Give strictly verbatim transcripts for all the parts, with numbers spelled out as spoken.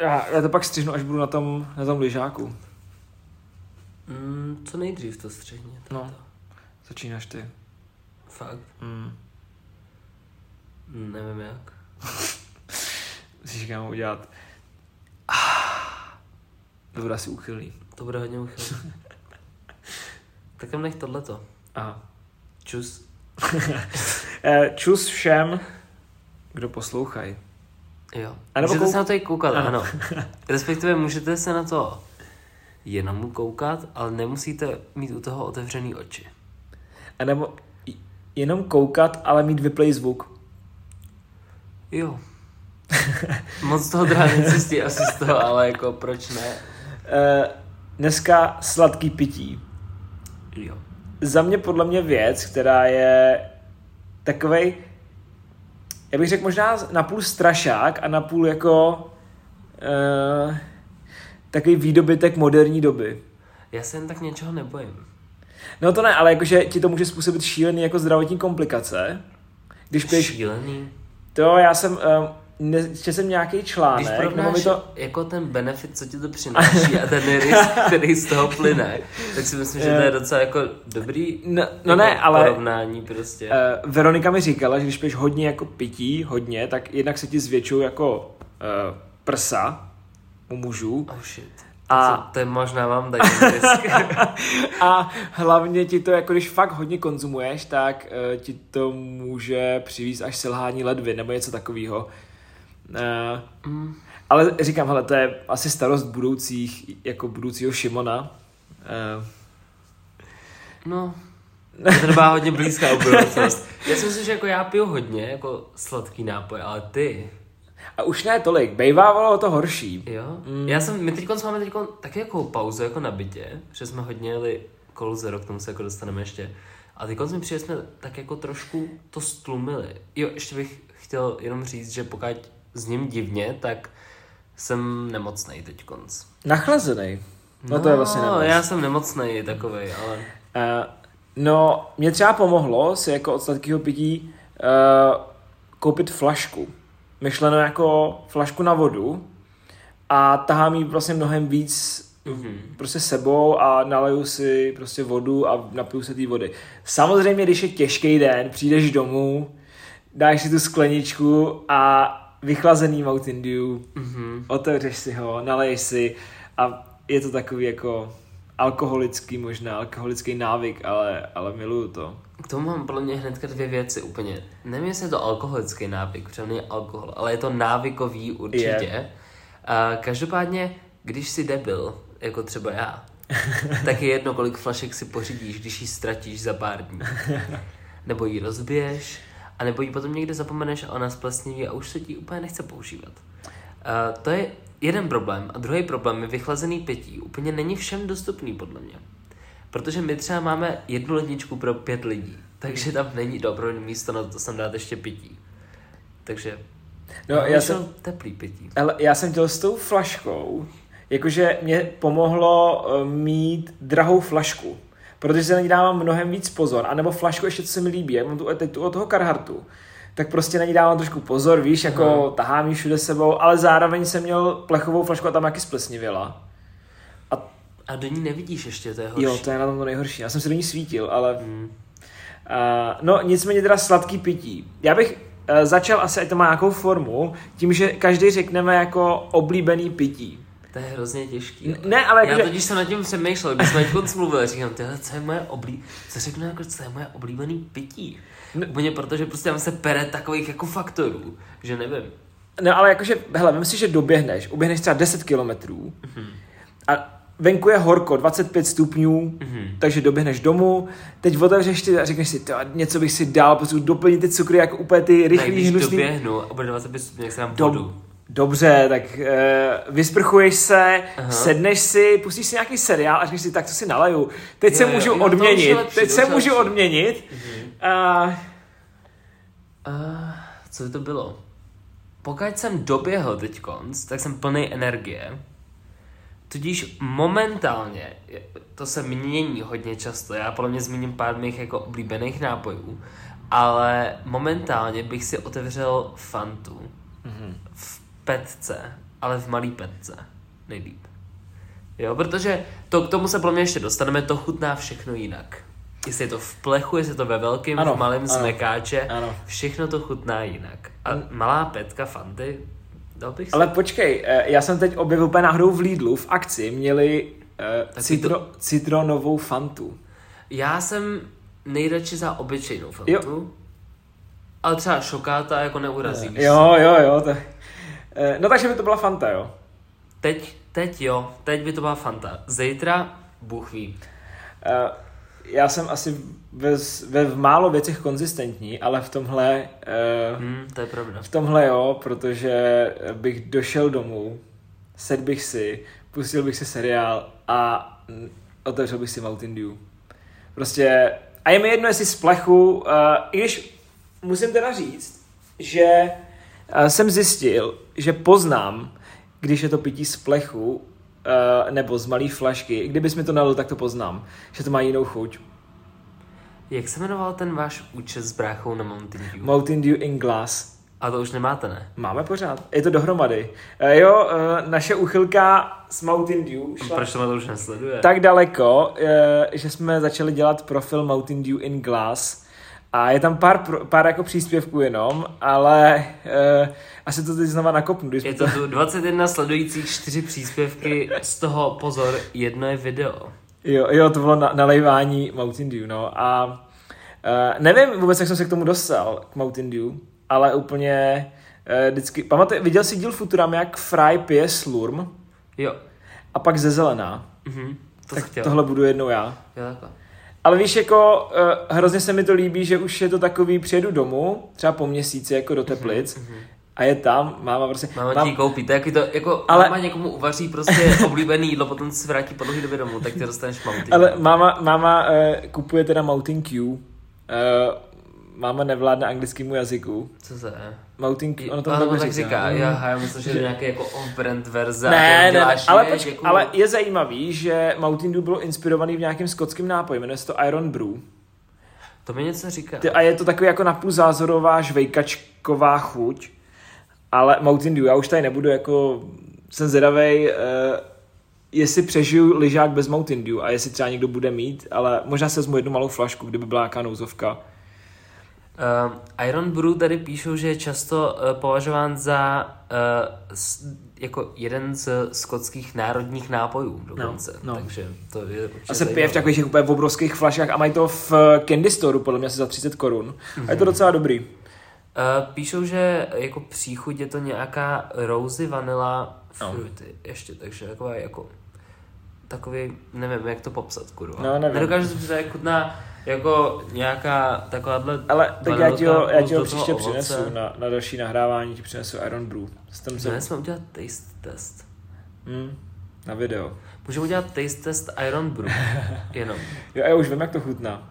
Já, já to pak střihnu, až budu na tom, na tom lyžáku. Mm, co nejdřív to střihně. No, to. začínáš ty. Fakt? Mm. Nevím jak. Musíš kámo udělat. To bude asi úchylný. To bude hodně úchylný. Tak tam nech tohleto. Aha. Čus. Čus všem, kdo poslouchají. Jo. A nebo můžete kou... se na to i koukat, ano. ano. Respektive můžete se na to jenom koukat, ale nemusíte mít u toho otevřený oči. A nebo jenom koukat, ale mít vyplej zvuk. Jo. Moc toho teda necistí asi z toho, ale jako proč ne? Uh, dneska sladký pití. Jo. Za mě podle mě věc, která je takovej, já bych řekl možná napůl strašák a napůl jako uh, takový výdobytek moderní doby. Já se jen tak něčeho nebojím. No to ne, ale jakože ti to může způsobit šílený jako zdravotní komplikace. Když piješ... Šílený? To já jsem, um, ještě jsem nějaký článek. Když porovnáš mi to... jako ten benefit, co ti to přináší a ten risk, který z toho plyne, tak si myslím, že to je docela jako dobrý no, jako no ne, ale porovnání prostě. Uh, Veronika mi říkala, že když piješ hodně jako pití, hodně, tak jednak se ti zvětšují jako uh, prsa u mužů. Oh shit. A co, to možná mám taky risk. A hlavně ti to, jako když fakt hodně konzumuješ, tak uh, ti to může přivést až selhání ledvin nebo něco takového. Uh, mm. Ale říkám, hele, to je asi starost budoucích, jako budoucího Šimona. Uh, no, to trvá hodně blízká budoucnost. Já si myslím, že jako já piju hodně jako sladký nápoj, ale ty... A už ne tolik, bejvávalo to horší. Jo? Mm. Já jsem, my teďkon máme teďkon taky jako pauzu jako na bytě, že jsme hodně jeli kolu zero, k tomu se jako dostaneme ještě. A teďkon jsme přijeli, jsme tak jako trošku to stlumili. Jo, ještě bych chtěl jenom říct, že pokud s ním divně, tak jsem nemocnej teďkonc. Nachlazenej? No, no to je vlastně nemoc. Já jsem nemocnej takovej, ale... Uh, no, mě třeba pomohlo si jako od sladkého pití uh, koupit flašku. Myšleno jako flašku na vodu a tahám jí vlastně mnohem víc mm-hmm. prostě sebou a naleju si prostě vodu a napiju se té vody. Samozřejmě, když je těžký den, přijdeš domů, dáš si tu skleničku a vychlazený Mountain Dew, mm-hmm. otevřeš si ho, naleješ si a je to takový jako alkoholický možná, alkoholický návyk, ale, ale miluju to. K tomu mám podle mě hnedka dvě věci úplně. Nevím, jestli je to alkoholický návyk, protože není alkohol, ale je to návykový určitě. Yeah. A každopádně, když jsi debil, jako třeba já, tak je jedno, kolik flašek si pořídíš, když ji ztratíš za pár dní. Nebo ji rozbiješ, a nebo ji potom někde zapomeneš a ona splesniví a už se ti úplně nechce používat. A to je jeden problém. A druhý problém je vychlazený pití. Úplně není všem dostupný, podle mě. Protože my třeba máme jednu ledničku pro pět lidí, takže tam není dobro místo na to sem dát ještě pití. Takže no, já jsem teplý pití. Ale já jsem chtěl s tou flaškou, jakože mě pomohlo mít drahou flašku, protože se na ní dávám mnohem víc pozor, anebo flašku ještě, co se mi líbí, jak mám tu, teď tu od toho Carhartu, tak prostě na ní dávám trošku pozor, víš, jako hmm. tahám ji všude sebou, ale zároveň jsem měl plechovou flašku a tam jaký splesnivěla. A do ní nevidíš ještě, to je horší. Jo, to je na tom to nejhorší. Já jsem se do ní svítil, ale... Hmm. Uh, no, nicméně teda sladký pití. Já bych uh, začal asi, ať to má nějakou formu, tím, že každý řekneme jako oblíbený pití. To je hrozně těžký. Ale... Ne, ale... Já že... totiž jsem nad tím přemýšlel, když jsme konc mluvili, říkám, tyhle, co je moje oblí... Co řeknu jako, co je moje oblíbený pití? No. Úplně protože prostě tam se pere takových jako faktorů, že nevím. No, ale jakože, hele, vem si, že doběhneš, uběhneš třeba deset kilometrů mm-hmm. a venku je horko, dvacet pět stupňů, mm-hmm. takže doběhneš domů, teď otevřeš ty a řekneš si, to, něco bych si dal, potřebuji doplnit ty cukry, jako úplně ty rychlý, hnusný. Když doběhnu a bude dvacet pět stupňů, jak se dám vodu. Do, dobře, tak uh, vysprchuješ se, Aha. sedneš si, pustíš si nějaký seriál a řekneš si, tak to si nalaju. Teď jo, se můžu jo, odměnit, lepší, teď se můžu lepší. odměnit. Mm-hmm. Uh, uh, co by to bylo? Pokud jsem doběhl teď konc, tak jsem plný energie. Tudíž momentálně, to se mění hodně často, já podle mě zmíním pár mých jako oblíbených nápojů, ale momentálně bych si otevřel Fantu mm-hmm. v petce ale v malý petce. Nejlíp. Jo, protože to, k tomu se pro mě ještě dostaneme, to chutná všechno jinak. Jestli je to v plechu, jestli je to ve velkém, v malém zmekáče, ano. Všechno to chutná jinak. A malá petka Fanty, dal bych si. Ale počkej, já jsem teď objevil úplně náhodou v Lidlu v akci, měli uh, citro, to... citronovou Fantu. Já jsem nejradši za obyčejnou Fantu, jo. Ale třeba šokáta jako neurazí. Jo, jo, jo. To... No takže by to byla Fanta, jo? Teď, teď jo, teď by to byla Fanta. Zítra, Bůh ví. Uh, já jsem asi ve, ve v málo věcech konzistentní, ale v tomhle... Uh, hmm, to je pravda. V tomhle jo, protože bych došel domů, sedl bych si, pustil bych si seriál a otevřel bych si Mountain Dew. Prostě... A je mi jedno, jestli z plechu, uh, i když musím teda říct, že uh, jsem zjistil, že poznám, když je to pití z plechu, uh, nebo z malý flašky, kdybys mi to nalil, tak to poznám, že to má jinou chuť. Jak se jmenoval ten váš účet s bráchou na Mountain Dew? Mountain Dew in Glass. A to už nemáte, ne? Máme pořád. Je to dohromady. Uh, jo, uh, naše úchylka s Mountain Dew šla proč to už nesleduje? tak daleko, uh, že jsme začali dělat profil Mountain Dew in Glass. A je tam pár, pár jako příspěvků jenom, ale uh, asi to teď znova nakopnu. Je to tu dvacet jedna sledujících, čtyři příspěvky, z toho pozor, jedno je video. Jo, jo, to bylo na, nalejvání Mountain Dew, no a uh, nevím vůbec, jak jsem se k tomu dostal, k Mountain Dew, ale úplně uh, vždycky, pamatuj, viděl jsi díl Futurama, jak Fry pije slurm? Jo. A pak ze zelená. Mhm, to tak chtěl. Tohle budu jednou já. Jo, takhle. Ale víš, jako uh, hrozně se mi to líbí, že už je to takový, přijedu domů, třeba po měsíci, jako do Teplic, mm-hmm. a je tam, máma prostě... Máma mám... ti koupí, to je to, jako ale... máma někomu uvaří prostě oblíbený jídlo, potom se vrátí po dlouhý době domů, tak ty dostaneš Mountain. Ale máma, máma uh, kupuje teda Mountain Q, uh, máma nevládne anglickému jazyku. Co to je? Mountain Q, ono to tak, tak říká, mm. já, já myslím, že je nějaký jako off-brand verze. Ne, ne, ne, ale, počk, jako... ale je zajímavý, že Mountain Dew bylo inspirovaný v nějakém skotském nápoji, jmenuje se to Iron Brew. To mi něco říká. A je to takový jako napůl zázorová žvejkačková chuť, ale Mountain Dew, já už tady nebudu jako, jsem zvědavej, uh, jestli přežiju lyžák bez Mountain Dew a jestli třeba někdo bude mít, ale možná se vezmu jednu malou flašku, kdyby byla nějaká nouzovka. Uh, Iron Brew tady píšou, že je často uh, považován za uh, s, jako jeden z skotských národních nápojů dokonce, no, no. takže to je určitě a se pije v takových úplně v obrovských flaškách a mají to v Candy Storeu, podle mě asi za třicet korun. Mm-hmm. A je to docela dobrý. Uh, píšou, že jako příchuť je to nějaká rosy vanilla fruity no. ještě, takže taková jako takový, nevím, jak to popsat, kurva. No, nevím. Nedokážu si to chutná jako nějaká takováhle... Ale tak já ti ho, já ti ho příště přinesu na, na další nahrávání, ti přinesu Iron Brew. Dnes jsme udělat taste test. Hmm, na video. Můžeme udělat taste test Iron Brew, jenom. Jo, já už vím, jak to chutná.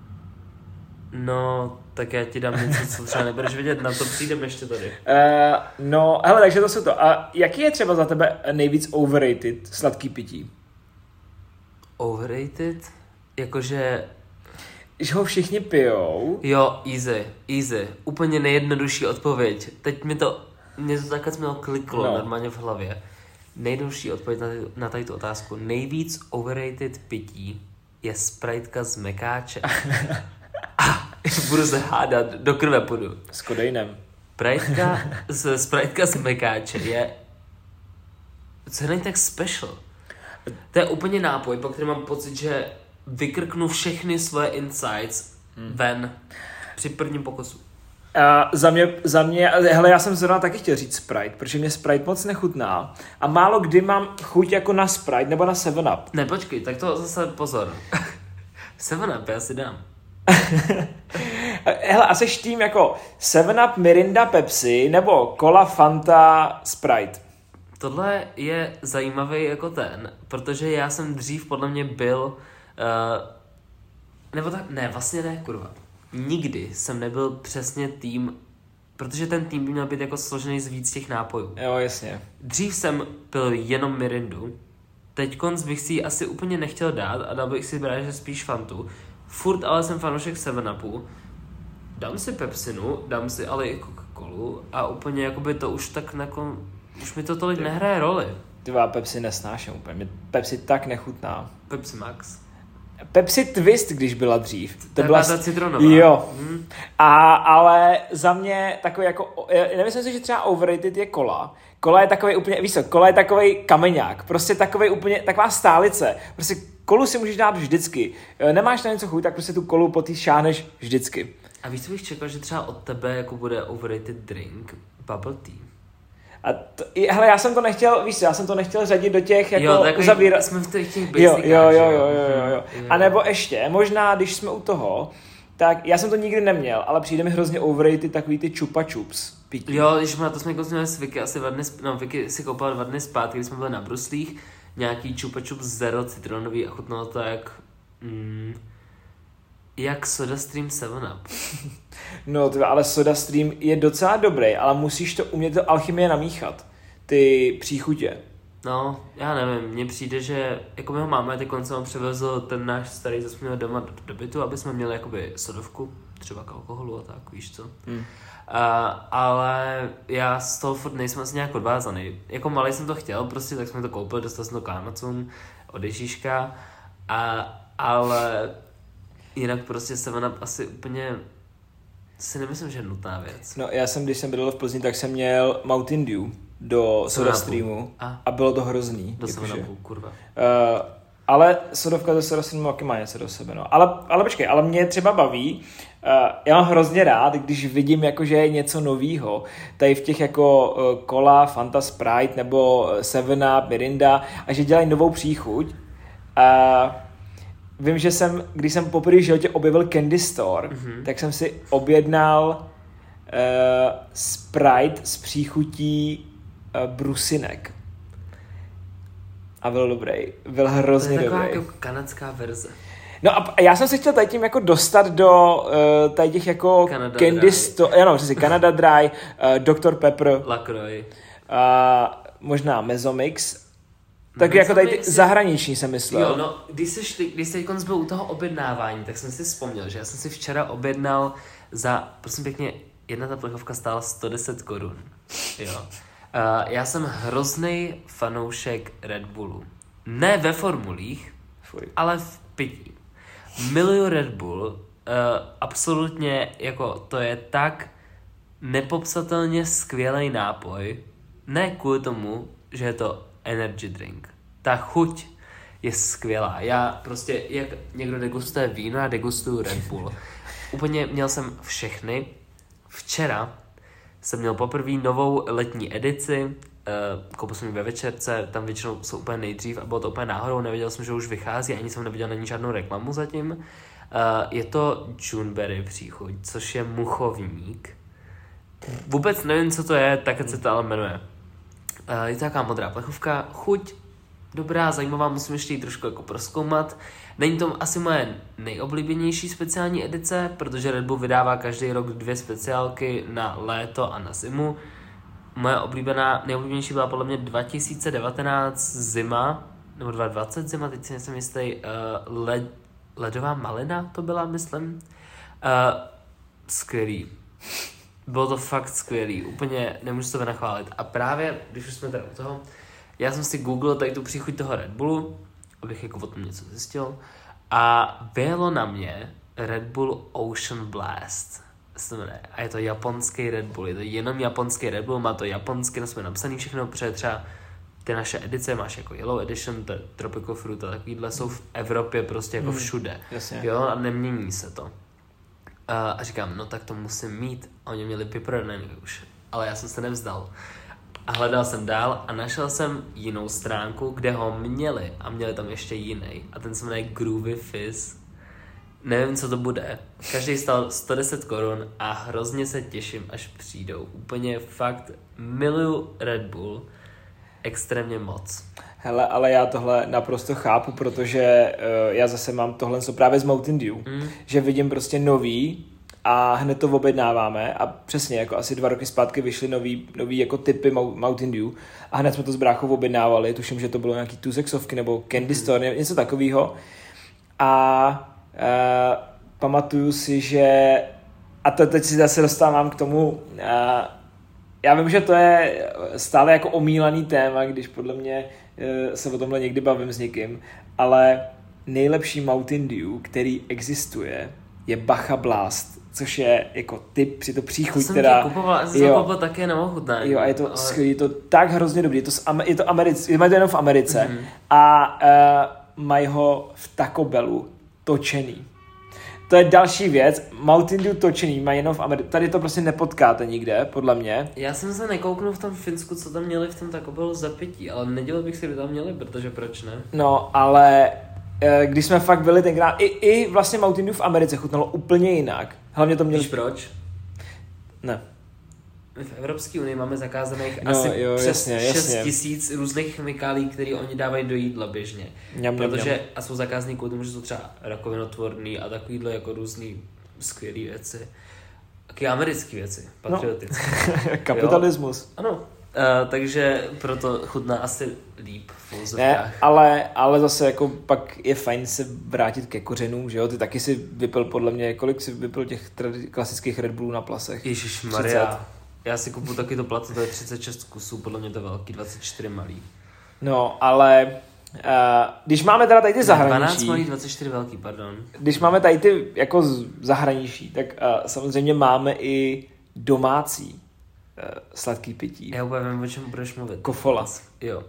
No, tak já ti dám něco, co třeba nebudeš vidět, na to přijdem ještě tady. Uh, no, hele, takže to jsou to. A jaký je třeba za tebe nejvíc overrated sladký pití? Overrated? Jakože... Že ho všichni pijou? Jo, easy, easy. Úplně nejjednodušší odpověď. Teď mi to, mě to takhle mělo kliklo no. normálně v hlavě. Nejjednodušší odpověď na, na tady tu otázku. Nejvíc overrated pití je Spritka z mekáče. Budu se hádat, do krve půjdu. S kodejnem. Spritka z, Spritka z mekáče je... Co není tak special? To je úplně nápoj, po kterém mám pocit, že vykrknu všechny svoje insights hmm. ven při prvním pokusu. A za mě, za mě, hele, já jsem zrovna taky chtěl říct Sprite, protože mě Sprite moc nechutná a málo kdy mám chuť jako na Sprite nebo na seven up. Ne, počkej, tak to zase pozor. seven up já si dám. Hele, a seš tím jako seven up, Mirinda, Pepsi nebo Cola, Fanta, Sprite? Tohle je zajímavý jako ten, protože já jsem dřív podle mě byl, uh, nebo tak, ne, vlastně ne, kurva. Nikdy jsem nebyl přesně tým, protože ten tým by měl být jako složený z víc těch nápojů. Jo, jasně. Dřív jsem pil jenom Mirindu, teďkonc bych si ji asi úplně nechtěl dát a dal bych si brát, že spíš Fantu. Furt ale jsem fanoušek seven upu, dám si Pepsinu, dám si ale i Coca-Colu a úplně jakoby to už tak jako už mi to tolik nehraje roli. Ty vole, Pepsi nesnáším úplně, mě Pepsi tak nechutná. Pepsi Max. Pepsi Twist, když byla dřív. To byla ta citronová. Jo. Hmm. A, ale za mě takový jako, nemyslím si, že třeba overrated je kola. Kola je takový úplně, víš co, kola je takový kameňák. Prostě takový úplně, taková stálice. Prostě kolu si můžeš dát vždycky. Nemáš na něco chuť, tak prostě tu kolu po tý šáhneš vždycky. A víš, co bych čekal, že třeba od tebe jako bude overrated drink? Bubble tea. A to, hele, já jsem to nechtěl, víš, já jsem to nechtěl řadit do těch jako jo, uzavírat. Jsme v těch, těch basicách, jo, jo, jo, jo, jo, jo. A nebo ještě, možná, když jsme u toho, tak já jsem to nikdy neměl, ale přijde mi hrozně overrated takový ty chupa chups pití. Jo, když jsme na to jsme konzumili s Vicky asi dva dny, no Vicky si koupila dva dny zpátky, když jsme byli na bruslích, nějaký chupa chups zero citronový a chutnalo to jak, mm, jak SodaStream seven up. No, tyhle, ale SodaStream je docela dobrý, ale musíš to umět do alchymie namíchat, ty příchutě. No, já nevím, mně přijde, že jako my ho máme, teď koncem přivezl ten náš starý, co jsme měli doma do, do bytu, aby jsme měli jakoby sodovku, třeba k alkoholu a tak, víš co. Hmm. Uh, ale já z toho furt nejsem asi nějak odvázaný. Jako malý jsem to chtěl, prostě tak jsme to koupili, dostal jsem to k Amazonu od Ježíška, a, ale jinak prostě seven up asi úplně si nemyslím, že je nutná věc. No já jsem, když jsem bydlel v Plzni, tak jsem měl Mountain Dew do SodaStreamu a? a bylo to hrozný. Do seven upu, kurva. Uh, ale sodovka ze SodaStreamu taky má něco do sebe, no. Ale, ale počkej, ale mě třeba baví, uh, já mám hrozně rád, když vidím jako, že je něco novýho, tady v těch jako uh, Cola, Fanta, Sprite nebo seven up, Mirinda a že dělají novou příchuť. Uh, Vím, že jsem, když jsem poprvé v životě objevil Candy Store, mm-hmm. tak jsem si objednal uh, Sprite s příchutí uh, brusinek. A byl dobrý. Byl hrozně dobrý. To je taková jako kanadská verze. No a já jsem se chtěl tady tím jako dostat do uh, tady těch jako Canada Candy Store, ano, přesně, Canada Dry, uh, doktor Pepper, LaCroix, uh, možná Mezomix. Tak jako tady ty zahraniční jsem myslel. Jo, no, když jsi, když jsi byl u toho objednávání, tak jsem si vzpomněl, že já jsem si včera objednal za, prosím pěkně, jedna ta plechovka stála sto deset korun. Jo. Uh, já jsem hrozný fanoušek Red Bullu. Ne ve formulích, Fuj. ale v pití. Miluju Red Bull, uh, absolutně, jako to je tak nepopsatelně skvělý nápoj, ne kvůli tomu, že je to energy drink. Ta chuť je skvělá. Já prostě, jak někdo degustuje víno, já degustuju Red Bull. Úplně měl jsem všechny. Včera jsem měl poprvé novou letní edici, uh, koupil jsem ji ve večerce, tam většinou jsou úplně nejdřív a bylo to úplně náhodou, nevěděl jsem, že už vychází, ani jsem neviděl na ní žádnou reklamu zatím. Uh, je to Juneberry příchuť, což je muchovník. Vůbec nevím, co to je, tak se to ale jmenuje. Uh, je to taková modrá plechovka, chuť dobrá, zajímavá, musím ještě ji trošku jako prozkoumat. Není to asi moje nejoblíbenější speciální edice, protože Red Bull vydává každý rok dvě speciálky na léto a na zimu. Moje oblíbená, nejoblíbenější byla podle mě dva tisíce devatenáct zima, nebo dva tisíce dvacet zima, teď si nejsem jistý, uh, led, ledová malina to byla, myslím. Uh, skvělý. Bylo to fakt skvělý, úplně nemůžu to vynachválit. A právě, když už jsme tady u toho, já jsem si googlil tady tu příchuť toho Red Bullu, abych jako o tom něco zjistil. A bylo na mě Red Bull Ocean Blast. A je to japonský Red Bull, je to jenom japonský Red Bull, má to japonsky, jsme napsaný všechno, protože třeba ty naše edice máš jako Yellow Edition, to Tropical Fruit a takovýhle jsou v Evropě prostě jako všude. Jasně. Jo, a nemění se to. Uh, a říkám, no tak to musím mít. A oni měli piperoneny už. Ale já jsem se nevzdal. A hledal jsem dál a našel jsem jinou stránku, kde ho měli. A měli tam ještě jiný. A ten se jmenuje Groovy Fizz. Nevím, co to bude. Každý stál sto deset korun a hrozně se těším, až přijdou. Úplně fakt miluju Red Bull. Extrémně moc. Hele, ale já tohle naprosto chápu, protože uh, já zase mám tohle co právě z Mountain Dew, mm. že vidím prostě nový a hned to objednáváme a přesně jako asi dva roky zpátky vyšly nový, nový jako typy Mountain Dew a hned jsme to s bráchou objednávali, tuším, že to bylo nějaký tuzexovky nebo Candy Store, něco takového a uh, pamatuju si, že a to teď si zase dostávám k tomu uh, já vím, že to je stále jako omílaný téma, když podle mě se o tomhle někdy bavím s někým, ale nejlepší Mountain Dew, který existuje, je Bacha Blast, což je jako typ při to příchuť, to teda... To jsem kupoval, já jsem to koupil také nemochutné. Jo, a je to, ale... skvělý, je to tak hrozně dobrý, je to, z, je to americké, mají to jenom v Americe mm-hmm. a uh, mají ho v Taco Bellu točený. To je další věc, Mountain Dew točený mají jenom v Americe, tady to prostě nepotkáte nikde, podle mě. Já jsem se nekouknul v tom Finsku, co tam měli v tom Taco Bellu za pití, ale nedělal bych si, kdyby tam měli, protože proč ne? No, ale když jsme fakt byli tenkrát, i, i vlastně Mountain Dew v Americe chutnalo úplně jinak. Hlavně to měli... Víš proč? Ne. My v Evropské unii máme zakázaných no, asi jo, přes jasně, šest jasně. tisíc různých chemikálí, které oni dávají do jídla běžně. Mňam, protože, mňam. a jsou zakázaný kvůli tomu, že jsou třeba rakovinotvorný a takovýhle jako různý skvělý věci. Taky americké věci, patriotické. No. Kapitalismus. Jo? Ano. Uh, takže proto chutná asi líp v úzovkách. Ne, ale, ale zase jako pak je fajn se vrátit ke kořenům, že jo? Ty taky si vypil podle mě, kolik si vypil těch tradi- klasických Red Bullů na plasech? Ježišmarja. Já si kupu taky to plato, to je třicet šest kusů, podle mě to velký, dvacet čtyři malý. No, ale uh, když máme teda tady ty zahraničí... dvanáct malý, dvacet čtyři velký, pardon. Když máme tady ty jako zahraničí, tak uh, samozřejmě máme i domácí uh, sladký pití. Já úplně vím, o čem budeš mluvit. Kofola. Jo.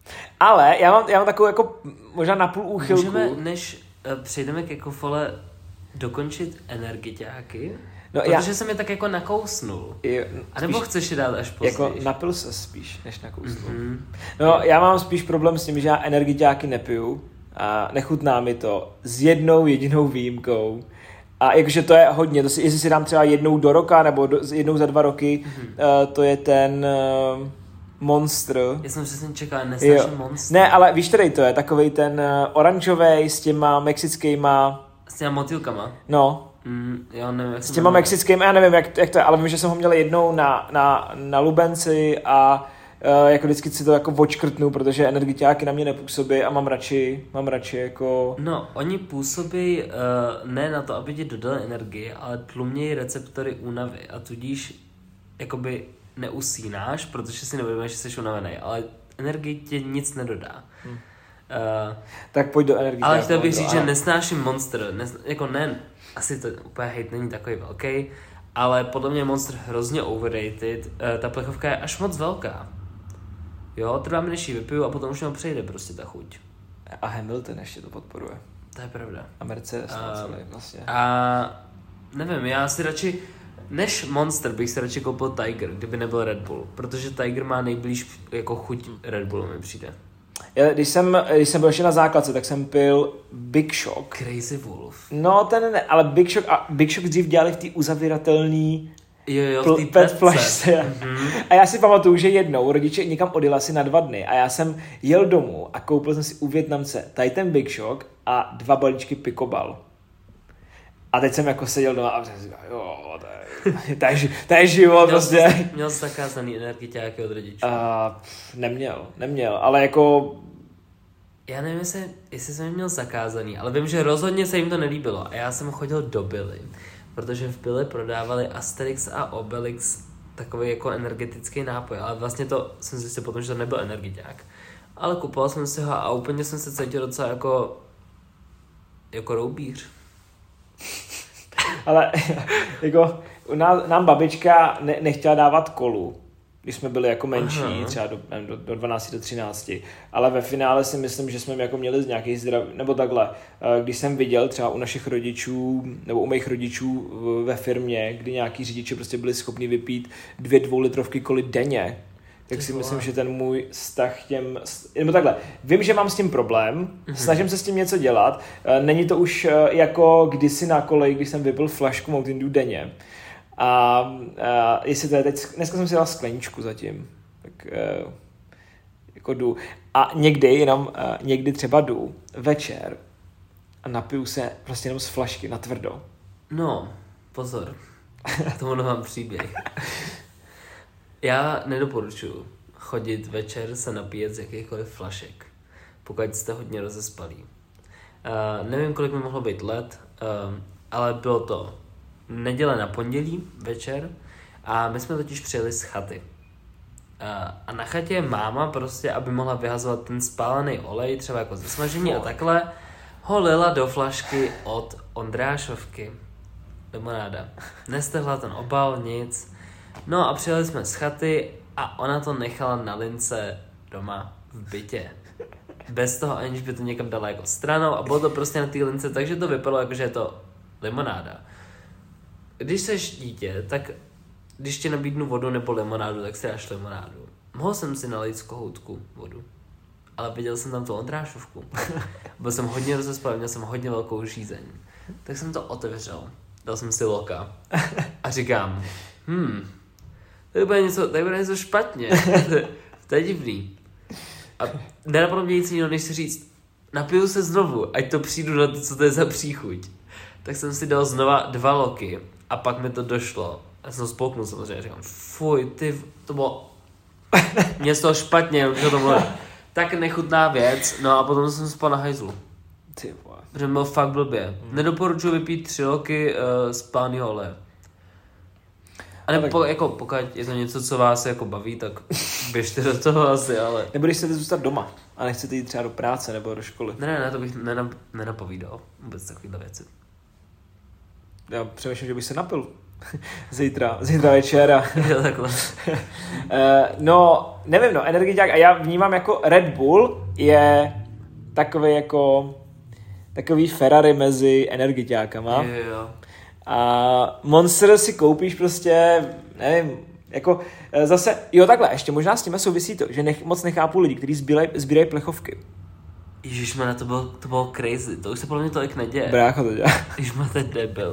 Ale já mám, já mám takovou jako možná napůl úchylku. Můžeme, než uh, přejdeme ke kofole, dokončit energiťáky? No, protože já... jsem je tak jako nakousnul. Jo, a nebo chceš je dát až později? Jako napil se spíš, než nakousnul. Mm-hmm. No, já mám spíš problém s tím, že já energiťáky nepiju a nechutná mi to s jednou jedinou výjimkou. A jakože to je hodně, to si, jestli si dám třeba jednou do roka nebo do, jednou za dva roky, mm-hmm. uh, to je ten uh, Monster. Já jsem přesně čekal, nesnáším Monster. Ne, ale víš, který to je, takovej ten uh, oranžovej s těma mexickýma... S těma motýlkama? No. Mm, já nevím, jak s těma mexickými, já nevím, jak, jak to je, ale vím, že jsem ho měl jednou na, na, na Lubenci a uh, jako vždycky si to jako odškrtnu, protože energiťáky na mě nepůsobí a mám radši, mám radši jako... No, oni působí uh, ne na to, aby ti dodali energii, ale tlumějí receptory únavy a tudíž jakoby neusínáš, protože si neuvědomíš, že jsi unavený, ale energii ti nic nedodá. Hmm. Uh, tak pojď do energiťáku. Ale chtěl bych říct, že nesnáším Monster, nes, jako ne, asi to úplně hejt není takový velký, ale podle mě Monster hrozně overrated, uh, ta plechovka je až moc velká. Jo, trvá mi, než ji vypiju a potom už nám přejde prostě ta chuť. A Hamilton ještě to podporuje. To je pravda. A Mercedes a, celý vlastně. A nevím, já si radši, než Monster bych si radši koupil Tiger, kdyby nebyl Red Bull, protože Tiger má nejblíž jako chuť Red Bullu mi přijde. Já, když, jsem, když jsem byl ještě na základce, tak jsem pil Big Shock. Crazy Wolf. No ten ne, ale Big Shock, a Big Shock dřív dělali v té uzavíratelný jo, jo, pl- v té pet flašce. Mm-hmm. A já si pamatuju, že jednou rodiče někam odjeli asi na dva dny a já jsem jel domů a koupil jsem si u Vietnamce tady ten Big Shock a dva balíčky Picobal. A teď jsem jako seděl doma a říkal, jo, to je, to je, to je život měl prostě. Jsi, měl jsi zakázaný energiťáky od rodičů? Uh, neměl, neměl, ale jako... Já nevím, jestli, jestli jsem je měl zakázaný, ale vím, že rozhodně se jim to nelíbilo a já jsem chodil do Billy, protože v Billy prodávali Asterix a Obelix takový jako energetický nápoj, ale vlastně to jsem zjistil potom, že to nebyl energiťák. Ale kupoval jsem si ho a úplně jsem se cítil docela jako jako roubíř. Ale jako nás, nám babička ne, nechtěla dávat kolu, když jsme byli jako menší, aha, třeba do, nevím, do, do dvanácti, do třinácti, ale ve finále si myslím, že jsme jako měli nějaký zdravý, nebo takhle, když jsem viděl třeba u našich rodičů, nebo u mých rodičů ve firmě, kdy nějaký řidiči prostě byli schopni vypít dvě dvoulitrovky koly denně, tak si myslím, že ten můj vztah těm... Nebo takhle, vím, že mám s tím problém, mm-hmm. snažím se s tím něco dělat, není to už jako kdysi na koleji, když jsem vypil flašku Mountain Dew denně. A, a jestli to je teď... Dneska jsem si dal skleničku zatím, tak uh, jako jdu. A někdy, jenom uh, někdy třeba jdu večer a napiju se prostě jenom z flašky na tvrdo. No, pozor, tomu nemám příběh. Já nedoporučuji chodit večer se napíjet z jakýchkoliv flašek, pokud jste hodně rozespalí. Uh, nevím, kolik mi mohlo být let, uh, ale bylo to neděle na pondělí večer a my jsme totiž přijeli z chaty. a na chatě máma prostě, aby mohla vyhazovat ten spálený olej, třeba jako ze smažení a takhle, ho lila do flašky od Ondrášovky. Limonáda. Nestehla ten obal, nic. No a přijeli jsme z chaty a ona to nechala na lince doma v bytě. Bez toho, aniž by to někam dala jako stranou a bylo to prostě na té lince, takže to vypadalo jako, že je to limonáda. Když seš dítě, tak když ti nabídnu vodu nebo limonádu, tak si dáš limonádu. Mohl jsem si nalít z kohoutku vodu, ale viděl jsem tam tu Ondrášovku. Byl jsem hodně rozespal, měl jsem hodně velkou žízeň. Tak jsem to otevřel, dal jsem si loka a říkám, hm, tady bude něco, tady bude něco špatně, to je divný. A nenapadlo mě nic jiného, než si říct, napiju se znovu, ať to přijdu na to, co to je za příchuť. Tak jsem si dal znova dva loky a pak mi to došlo. Já jsem to spolknul samozřejmě, říkám, fuj, ty, to bylo, mě z toho špatně, že to bylo tak nechutná věc, no a potom jsem spal na hajzlu. Ty vole. Protože byl fakt blbě. Hmm. Nedoporučuji vypít tři loky uh, z pálného oleje. A nebo po, jako, pokud je to něco, co vás jako baví, tak běžte do toho asi, ale... Nebo když chcete zůstat doma a nechcete jít třeba do práce nebo do školy. Ne, ne, ne, to bych nenap, nenapovídal. Vůbec takovýhle věci. Já přemýšlím, že bych se napil. Zítra, zítra večera. Jo, takhle. uh, no, nevím, no, energiťák a já vnímám jako Red Bull je takový jako takový Ferrari mezi energiťákama. Jo, jo. A Monster si koupíš prostě, nevím, jako zase, jo takhle, ještě možná s tím souvisí to, že nech, moc nechápu lidi, kteří sbírají plechovky. Ježišmane, to bylo, to bylo crazy, to už se podle mě tolik neděje. Brácho to dělá. Ježišmane, to je debil.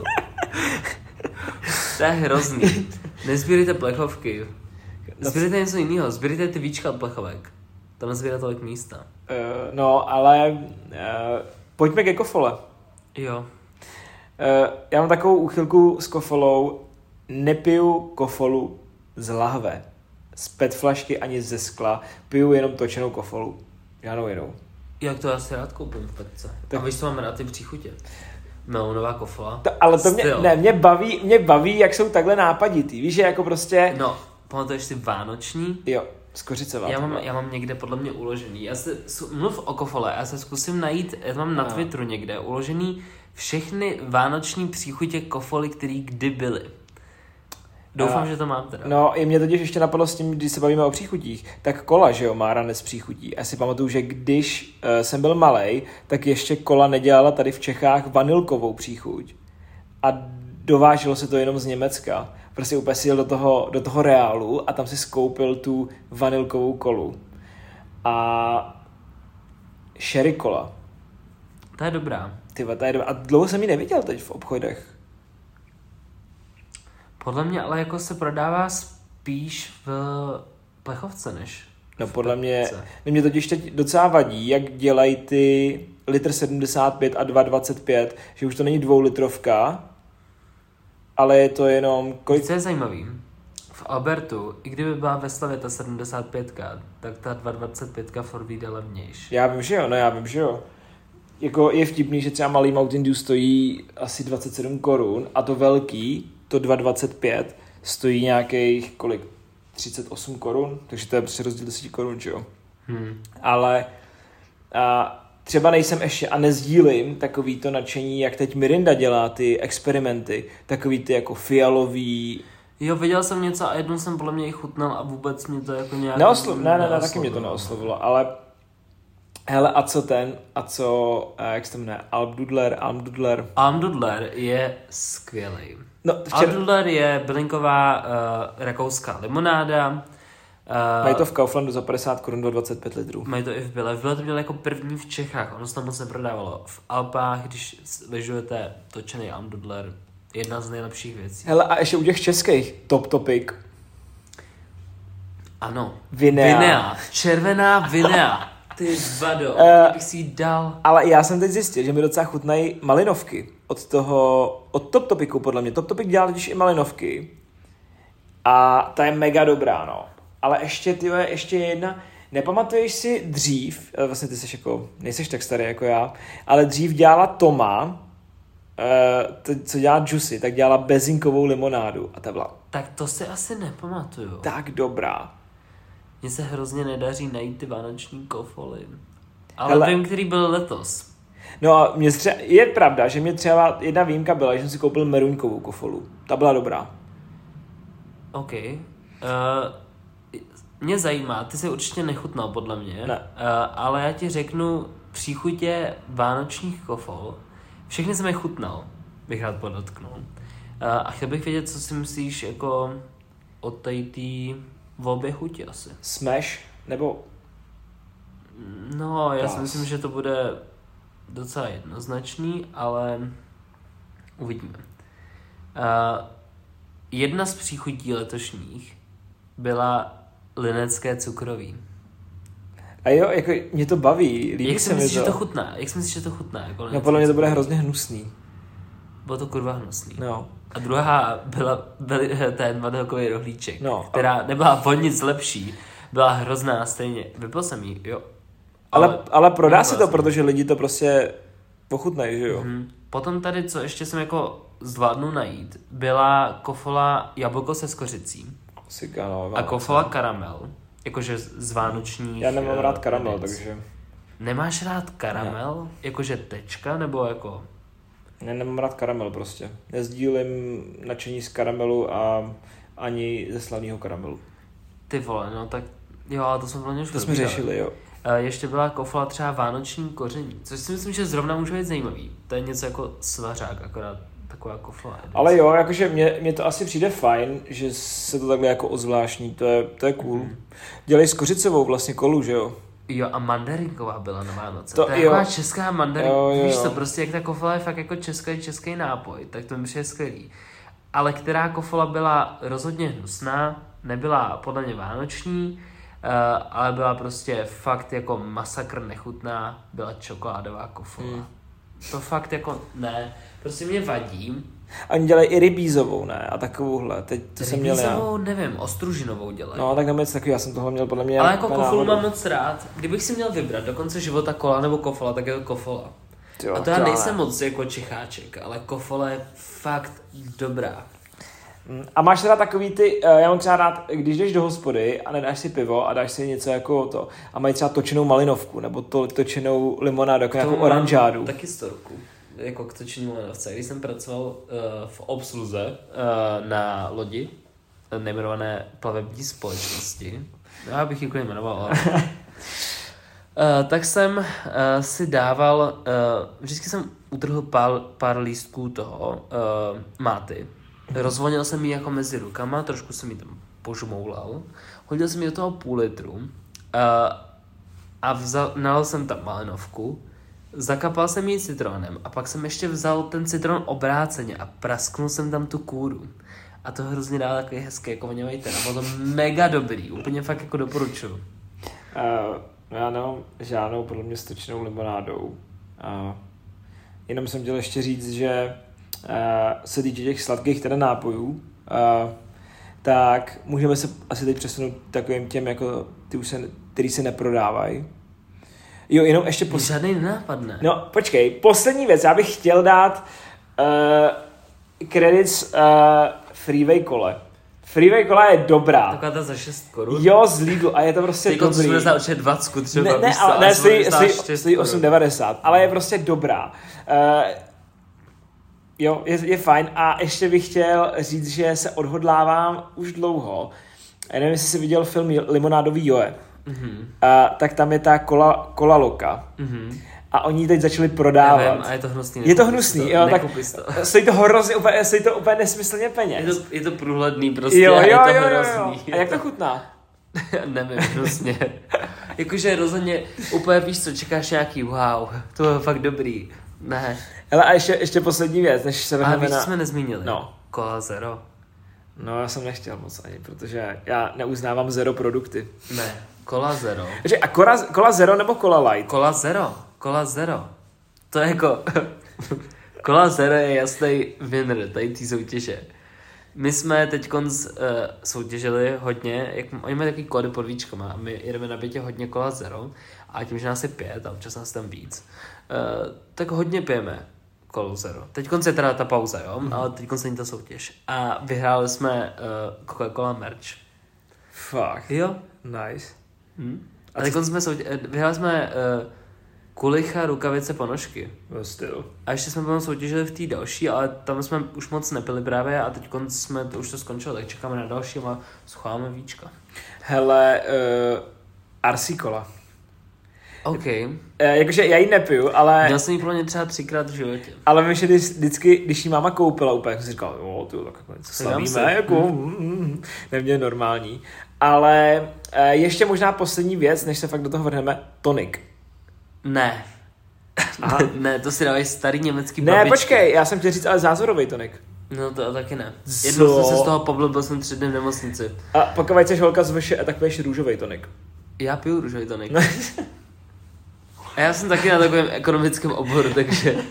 To je hrozný. Nezbírejte plechovky. Sbírejte něco jiného, sbírejte ty víčka od plechovek. Tam nezbírá tolik místa. Uh, no, ale uh, pojďme ke kofole. Jo. Uh, já mám takovou úchylku s kofolou, nepiju kofolu z lahve, z pet flašky ani ze skla, piju jenom točenou kofolu, žádnou jinou. Jak to já si rád koupím v petce. Tak... A víš, co mám rád ty příchutě? Melonová kofola. To, ale to mě, ne, mě, baví, mě baví, jak jsou takhle nápaditý, víš, že jako prostě... No, pamatuješ si vánoční? Jo, z kořicová. Já mám, já mám někde podle mě uložený, já se, mluv o kofole, já se zkusím najít, já mám na Twitteru někde uložený všechny vánoční příchutě kofoly, které kdy byly. Doufám, a, že to mám teda. No, i mě totiž ještě napadlo s tím, když se bavíme o příchutích, tak kola, že jo, má ranec příchutí. Já si pamatuju, že když uh, jsem byl malej, tak ještě kola nedělala tady v Čechách vanilkovou příchuť. A dováželo se to jenom z Německa. Prostě úplně si jel do toho, do toho Reálu a tam si skoupil tu vanilkovou kolu. A sherry kola. To je dobrá. Tyva, to je dobrá. A dlouho jsem ji neviděl teď v obchodech. Podle mě ale jako se prodává spíš v plechovce než No podle mě, mě totiž teď docela vadí, jak dělají ty litr sedmdesát pět a dva dvacet pět, že už to není dvoulitrovka, ale je to jenom... Kolik... Co je zajímavý? V Albertu, i kdyby byla ve Slavě ta sedmdesát pět, tak ta dva dvacet pět furt vyjde levnější. Já vím, že jo, no já vím, že jo. Jako je vtipný, že třeba malý Mountain Dew stojí asi dvacet sedm korun a to velký, to dva dvacet pět, stojí nějakých kolik? třicet osm korun, takže to je prostě rozdíl deset korun, že jo. Hmm. Ale a třeba nejsem ještě a nezdílím takový to nadšení, jak teď Mirinda dělá ty experimenty, takový ty jako fialový. Jo, viděl jsem něco a jednou jsem podle mě i chutnal a vůbec mě to jako nějak... Neoslov, ne, ne, ne, taky mě to neoslovilo, ale hele, a co ten, a co, jak se to jmenuje, Almdudler, Almdudler. Almdudler je skvělý. No, včera... Almdudler je bylinková uh, rakouská limonáda. Uh, mají to v Kauflandu za padesát korun do dvacet pět litrů. Mají to i v Bile. V Bile to mělo jako první v Čechách, ono se tam moc neprodávalo. V Alpách, když lyžujete točený Almdudler, jedna z nejlepších věcí. Hele, a ještě u těch českých Top Topic. Ano. Vinea. Vinea. Červená Vinea. Ty vado, uh, bych si ji dal. Ale já jsem teď zjistil, že mi docela chutnají malinovky od toho, od Top Topicu podle mě. Top Topic dělá totiž i malinovky. A ta je mega dobrá, no. Ale ještě, tyhle, ještě jedna, nepamatuješ si dřív, vlastně ty jsi jako, nejseš tak starý jako já, ale dřív dělala Toma, to, co dělá Juicy, tak dělala bezinkovou limonádu a ta byla tak to si asi nepamatuju. tak dobrá. Mně se hrozně nedaří najít ty vánoční kofoly. Ale Hele. vím, který byl letos. No a mě třeba, je pravda, že mě třeba jedna výjimka byla, že jsem si koupil meruňkovou kofolu. Ta byla dobrá. OK. Uh, mě zajímá, ty se určitě nechutnal podle mě, Ne. Uh, ale já ti řeknu příchutě vánočních kofol. Všechny jsem je chutnal, bych rád podotknul. Uh, a chtěl bych vědět, co si myslíš jako o té tý v obě chuti asi. Smash, nebo... No, já Pas. si myslím, že to bude docela jednoznačný, ale uvidíme. Uh, jedna z příchutí letošních byla linecké cukroví. A jo, jako mě to baví, líbí Jak se si mi myslíš, to. že to chutná? Jak si myslíš, že to chutná? Jako No podle mě to bude hrozně hnusný. Bylo to kurva hnusný. No. A druhá byla, byl ten vanilkový rohlíček, No, která nebyla o nic lepší. Byla hrozná stejně. Vypil jsem jí, jo. Ale, ale prodá se to, vlastně. protože lidi to prostě pochutnají, že jo? Hmm. Potom tady, co ještě jsem jako zvládnu najít, byla kofola jablko se skořicí Sika, no, a kofola karamel, jakože z vánočních... Já nemám eh, rád karamel, edic. takže... Nemáš rád karamel? Ne. Jakože tečka, nebo jako... Ne, nemám rád karamel prostě. Nezdílím nadšení z karamelu a ani ze slavného karamelu. Ty vole, no tak... Jo, ale to jsme vlastně už To jsme probírali. řešili, jo. Eh, Ještě byla kofola třeba vánoční koření, což si myslím, že zrovna může být zajímavý. To je něco jako svařák, akorát taková kofola. Ale jo, jakože mě, mě to asi přijde fajn, že se to takhle jako ozvláštní, to je, to je cool. Mm. Dělej s kořicovou vlastně kolu, že jo? Jo, a mandarinková byla na Vánoce. To To, to je jo. taková česká mandarinka. Jo, jo, Víš jo. to, prostě jak ta kofola je fakt jako český, český nápoj, tak to mi přijde skvělý. Ale která kofola byla rozhodně hnusná, nebyla podle mě vánoční, uh, ale byla prostě fakt jako masakr nechutná, byla čokoládová kofola. Mm. To fakt jako ne, prostě mě vadí. A oni dělají i rybízovou, ne? A takovouhle, teď to jsem měl já. Rybízovou, nevím, ostružinovou dělají. No, tak nebo něco takového, já jsem tohle měl podle mě. Ale jako úplně kofolu náhodou. mám moc rád. Kdybych si měl vybrat do konce života kola nebo kofola, tak je to kofola. Jo, A to já ne. nejsem moc jako čicháček, ale kofola je fakt dobrá. A máš teda takový ty, uh, já mám třeba rád, když jdeš do hospody a nedáš si pivo a dáš si něco jako to a mají třeba točenou malinovku nebo to, točenou limonádu, jako nějakou oranžádu. Taky storku, jako k točení malinovce. Když jsem pracoval uh, v obsluze uh, na lodi, nejmenované plavební společnosti, já bych ji klidně jmenoval, ale... Uh, tak jsem uh, si dával, uh, vždycky jsem utrhl pár, pár lístků toho uh, máty. Rozvonil jsem ji jako mezi rukama, trošku jsem ji tam požmoulal, hodil jsem ji do toho půl litru uh, a vzal, nalil jsem tam malinovku, zakapal jsem ji citronem a pak jsem ještě vzal ten citron obráceně a prasknul jsem tam tu kůru. A to hrozně dál takový hezký, jako voněvej ten. Bylo to mega dobrý, úplně fakt jako doporučuju. Uh, já nemám žádnou podle mě stočenou limonádou. Uh, jenom jsem chtěl ještě říct, že uh, se týče těch sladkých teda nápojů, uh, tak můžeme se asi teď přesunout takovým těm, jako ty už se, který se neprodávají. Jo, jenom ještě Pos... pos... Žádnej nenápadne. No, počkej, poslední věc, já bych chtěl dát uh, credits uh, Freeway kole. Freeway kola je dobrá. Taková ta za šest korun. Jo, z Lidlu a je to prostě Teď to dobrý. jsme znali určitě dvacku třeba. Ne, ne, víš co, ale, ne, stojí, jsme stojí, znali stojí osm devadesát, ale je prostě dobrá. Uh, jo, je, je fajn a ještě bych chtěl říct, že se odhodlávám už dlouho. Já nevím, jestli jsi viděl film Limonádový Joe. Mm-hmm. Uh, tak tam je ta kola, kola loka. Mm-hmm. A oni ji teď začali prodávat. Já vím, a je to hnusný. Je to hnusný, to, jo, tak to. stojí to hrozně, úplně, stojí to úplně nesmyslně peněz. Je to, je to průhledný prostě, jo, jo, je to jo, jo, hrozný. jo. A jak to chutná? Nevím, hnusně. Jakože rozhodně úplně víš co, čekáš nějaký wow, to je fakt dobrý. Ne. Hele, a ještě, ještě poslední věc, než se Ale vrhneme víš, na... co jsme nezmínili? No. Cola Zero. No, já jsem nechtěl moc ani, protože já neuznávám zero produkty. Ne, Cola Zero. Takže a kola, kola zero nebo kola light? Cola Zero, Cola Zero. To je jako... Cola Zero je jasný winner tady té soutěže. My jsme teď uh, soutěžili hodně, jak, oni mají takový kódy pod víčkama a my jedeme na bytě hodně Cola Zero a tím, že nás je pět a občas nás tam víc, uh, tak hodně pijeme Cola Zero. Teď je teda ta pauza, jo, mm. ale teď není ta soutěž. A vyhráli jsme uh, Coca-Cola merch. Fakt. Jo. Nice. Hm. A teď jsme soudě... vyhráli jsme uh, kulicha, rukavice, ponožky. Styl. A ještě jsme potom soutěžili v té další, ale tam jsme už moc nepili právě a teď jsme to už to skončilo, tak čekáme na další a schováme víčka. Hele, uh, R C kola. OK. Uh, jakože já ji nepiju, ale... Měl jsem ji pro ně třeba třikrát v životě. Ale vím, že vždycky, když jí máma koupila úplně, jak jsem si říkal, jo, ty, tak jako něco slavíme, jako, mm, mm, neměl normální. Ale uh, ještě možná poslední věc, než se fakt do toho vrhneme, tonik. Ne. Ne, to si dávají starý německý ne, babičky. Ne, počkej, já jsem chtěl říct, ale zázorový tonik. No to taky ne. Jednou jsem se z toho pobl, byl jsem tři dny v nemocnici. A pokud chceš holka z vše, tak piješ růžový tonik. Já piju růžový tonik. A já jsem taky na takovém ekonomickém oboru, takže... Uh,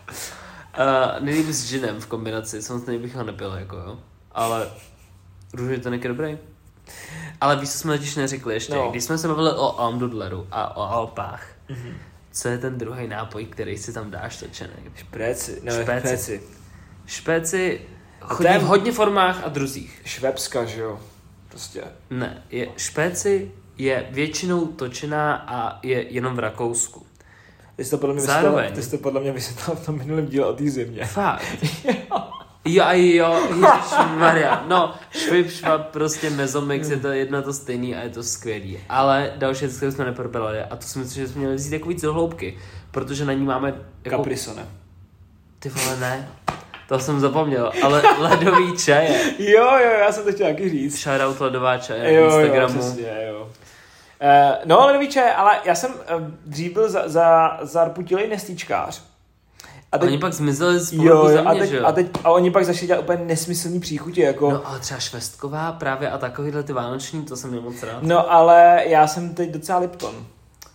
nejlíp s ginem v kombinaci, samozřejmě bych ho nepil, jako jo. Ale růžový tonik je dobrý. Ale víš, co jsme totiž neřekli ještě, no. Když jsme se bavili o Almdudleru a o Alpách, mm-hmm. Co je ten druhý nápoj, který si tam dáš točený? Špéci. No, špéci. Špéci. Špéci chodí ten... v hodně formách a druzích. Švepska, že jo? Prostě. Ne, je, špéci je většinou točená a je jenom v Rakousku. Ty jsi to podle mě Zároveň. Vysvětlal, ty jsi to podle mě vysvětlal v tom minulém díle o té zimě. Fakt. Jo, jo, ježišmarja. No, švip, švap, prostě mezomix, je to jedno to stejný a je to skvělý. Ale další věc, kterou jsme neprobrali, a to si myslím, že jsme měli vzít jako víc do hloubky, protože na ní máme jako... Caprisone. Ty vole, ne. To jsem zapomněl, ale ledový čaje. Jo, jo, já jsem to chtěl taky říct. Shoutout ledová čaje jo, na Instagramu. Jo, přesně, jo. Uh, no, ledový čaje, ale já jsem uh, dřív byl za, za, zarputilej nestýčkář. A teď, oni pak zmizeli z povrchu jo, země, a teď, že jo? A, teď, a oni pak začali dělat úplně nesmyslný příchutě, jako... No, ale třeba švestková právě a takovýhle ty vánoční, to jsem měl moc rád. No, ale já jsem teď docela Lipton. Uh,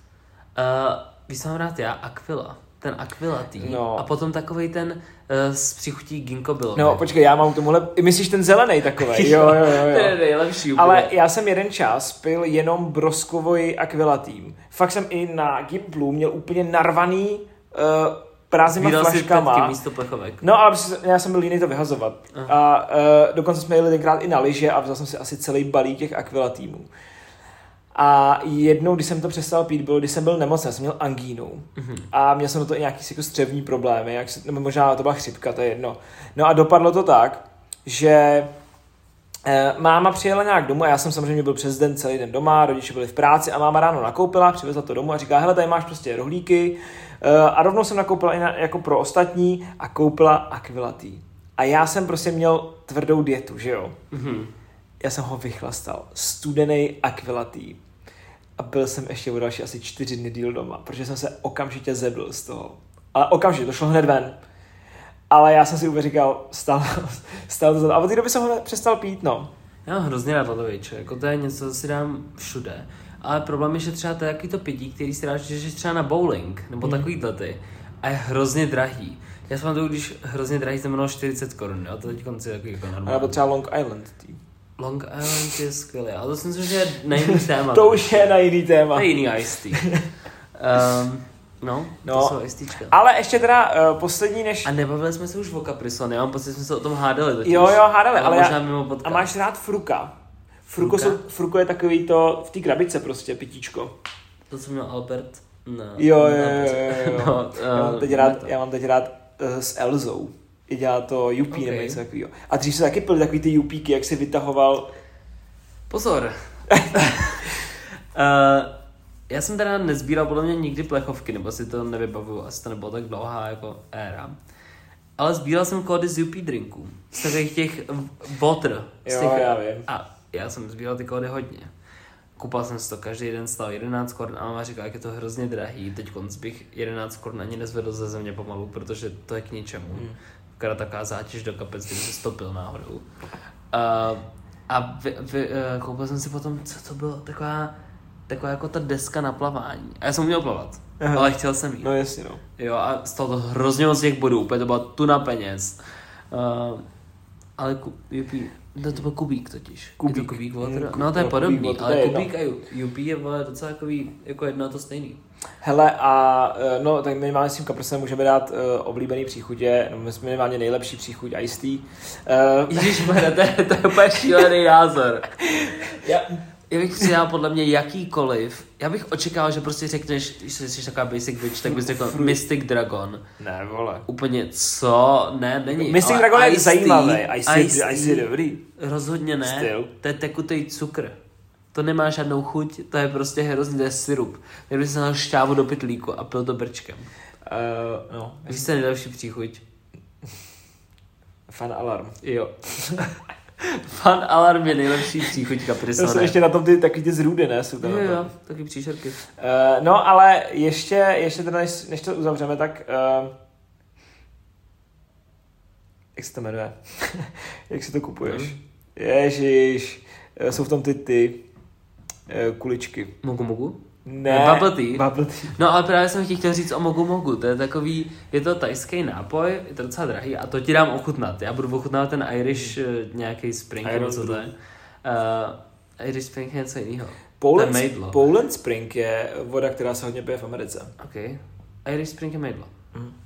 víš, co mám rád já? Aquila. Ten akvilatý. No. A potom takovej ten uh, s příchutí ginkgo bylo. No, počkej, já mám tomuhle... Myslíš ten zelený takovej? Jo, jo, jo. jo. To je nejlepší úplně. Ale já jsem jeden čas pil jenom broskovoj akvilatým. Fakt jsem i na Gimplu měl úplně narvaný uh, prázdnýma flaškama. Sbíral si místo plechovek. No, ale já jsem byl jiný to vyhazovat. Aha. A uh, dokonce jsme jeli tenkrát i na lyže a vzal jsem si asi celý balík těch akvilatýmů. A jednou, když jsem to přestal pít, bylo, když jsem byl nemocný, jsem měl angínu. Mm-hmm. A měl jsem na to i nějaký jako střevní problémy, jak se, nebo možná to byla chřipka, to je jedno. No a dopadlo to tak, že eh, máma přijela nějak domů a já jsem samozřejmě byl přes den celý den doma, rodiče byli v práci a máma ráno nakoupila, přivezla to domů a říká, hele, tady máš prostě rohlíky. Eh, a rovnou jsem nakoupila i na, jako pro ostatní a koupila akvilatý. A já jsem prostě měl tvrdou dietu, že jo. Mm-hmm. Já jsem ho vychlastal. Studený akvilatý. A byl jsem ještě o další asi čtyři dny díl doma, protože jsem se okamžitě zebl z toho. Ale okamžitě, to šlo hned ven. Ale já jsem si úplně říkal, stál, stál to za to. A od té doby jsem ho přestal pít, no. Já mám hrozně rád ledový čaj, jako to je něco, co si dám všude. Ale problém je, že třeba to je takový to pití, který si dáš, že třeba na bowling, nebo hmm. takovýhle ty. A je hrozně drahý. Já jsem to, když hrozně drahý znamenalo čtyřicet korun, jo, to teď konci takový jako normální. Nebo třeba Long Island tý. Long Island je skvělý, ale to si myslím, že je na jiný téma. To už je na jiný téma. Na jiný iced tea. Um, no, no, to jsou iced teačka. Ale ještě teda uh, poslední než... A nebavili jsme se už o Caprisone, já mám pocit, že jsme se o tom hádali totiž. Jo, jo, hádali, ale, ale možná já... mimo podcast. A máš rád fruka? Fruko, Fruka? jsou, fruko je takový to v té krabice prostě, pitíčko. To, co měl Albert? No. Jo, jo, jo, jo, jo. No, já, mám teď rád, já mám teď rád uh, s Elzou. I dělá to jupí okay. nebo něco takového. A dřív se taky pili takový ty jupíky, jak si vytahoval... Pozor. uh, já jsem teda nezbíral podle mě nikdy plechovky, nebo si to nevybavuju, asi to nebylo tak dlouhá jako éra. Ale sbíral jsem kódy z Jupí drinků. Z takových těch water. Jo, těch, já vím. A já jsem sbíral ty kódy hodně. Kupal jsem si to, každý den stál jedenáct korun a máma říká, jak je to hrozně drahý. Teď konc bych jedenáct korun ani nezvedl ze země pomalu, protože to je k ničemu. Hmm. Akorát taková zátěž do kapec, kdyby se stopil náhodou. Uh, A vy, vy, uh, koupil jsem si potom, co to bylo, taková, taková jako ta deska na plavání. A já jsem uměl plavat, aha. Ale chtěl jsem jít. No jasně, no. Jo, a stalo to hrozně moc těch bodů, úplně to byla tuna peněz. Uh, ale jupí. No to byl kubík totiž. Kubík. Je to kubík water? Mm, No to je no, podobný, kubík water, ale to je kubík a Yupi je vole, docela takový, jako jedno a to stejný. Hele a eh, no tak minimálně s tím kaprosem můžeme dát uh, oblíbený příchutě, no minimálně nejlepší příchuť Ice Tea. Uh, Ježišmarja, to, je- to je úplně šílený názor. Já, já bych přidal podle mě jakýkoliv, já bych očekával, že prostě řekneš, když jsi taková basic bitch, tak bys řekl Mystic Dragon. ne, vole. Úplně co? Ne, není. Mystic ale Dragon je Ice zajímavý, Tea- Ice Ice Tea Ice Tea- je dobrý. Rozhodně ne, Styl. to je tekutý cukr. To nemá žádnou chuť, to je prostě hrozný, to je syrup. Kdyby si dal šťávu do pytlíku a pil to brčkem. Uh, no. Víš, co je nejlepší příchuť? Fan alarm. Jo. Fan alarm je nejlepší příchuť To Caprisone. jsou ještě na tom ty takový ty zrůdy, ne? Jsou tam Jo, na tom. jo, taky příšerky. Uh, no, ale ještě, ještě teda, než, než to uzavřeme, tak... Uh, jak se to jmenuje? Jak si to kupuješ? Hmm. Ježiš, uh, jsou v tom ty ty uh, kuličky. Mogu mogu? Ne, Bubble tea. Bubble tea. No ale právě jsem ti chtěl říct o mogu mogu, to je takový, je to tajský nápoj, je to docela drahý a to ti dám ochutnat. Já budu ochutnávat ten Irish uh, nějaký spring, nebo co to je. Uh, Irish spring je něco jiného. Poland, To je mejdlo. Poland Spring je voda, která se hodně pije v Americe. Ok. Irish spring je mejdlo. Mm. Um,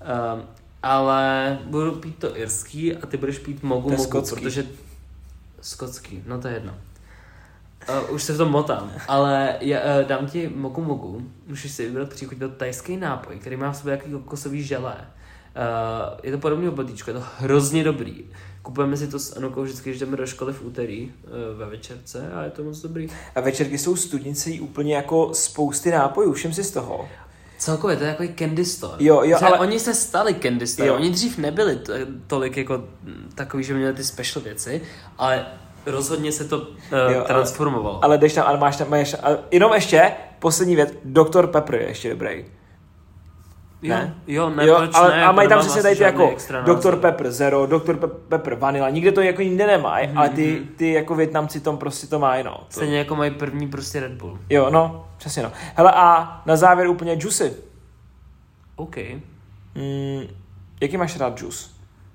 ale budu pít to irský a ty budeš pít mogu To je mogu, skotský. protože... Skotský, no to je jedno. Uh, už se v tom motám, ale já, uh, dám ti mogu mogu, můžeš si vybrat příchuť, to tajský nápoj, který má v sobě jaký kokosový želé. Uh, je to podobný obotíčko, je to hrozně dobrý. Kupujeme si to s Anukou vždycky, když jdeme do školy v úterý uh, ve večerce a je to moc dobrý. A večerky jsou studnicí úplně jako spousty nápojů, všem si z toho. Celkově to je takový candy store. Jo, jo, Protože ale- oni se stali candy store. Jo. Oni dřív nebyli t- tolik jako mm, takový, že měli ty special věci, ale rozhodně se to uh, Jo, transformovalo. Ale, ale jdeš tam, ale máš tam, máš, a jenom ještě, poslední věc, doktor Pepper je ještě dobrý. jo, ne? jo, ne, Jo, proč ale, ne, a mají tam nemám přesně asi tady ty žádný jako extra doktor názor. Pepper Zero, doktor Pe- Pepper Vanilla, nikde to jako nikde nemají, Mhm, ale ty, mhm. ty jako Vietnamci tom prostě to mají, no. To, Stejně jako mají první prostě Red Bull. jo, no, přesně no. Hele a na závěr úplně juicy. OK. Mm, jaký máš rád juice?